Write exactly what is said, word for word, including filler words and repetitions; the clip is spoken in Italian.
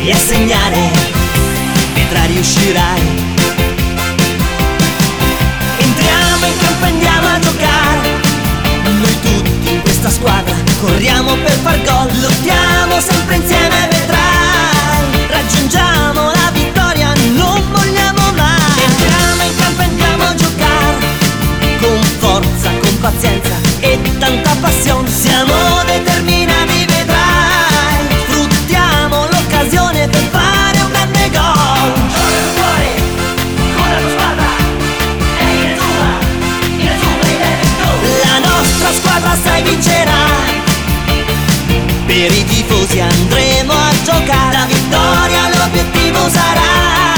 e a segnare, vedrai riuscirai. Entriamo in campo e andiamo a giocare, noi tutti in questa squadra corriamo per far gol, lottiamo sempre insieme, vedrai, raggiungiamo la vittoria, non vogliamo mai. Entriamo in campo e andiamo a giocare, con forza, con pazienza e tanta passione, siamo determinati, vedrai, sfruttiamo l'occasione per fare un grande gol. Gioca fuori, con la tua squadra, è in tua, in tua idea tu. La nostra squadra sai vincerà, per i tifosi andremo a giocare, la vittoria l'obiettivo sarà.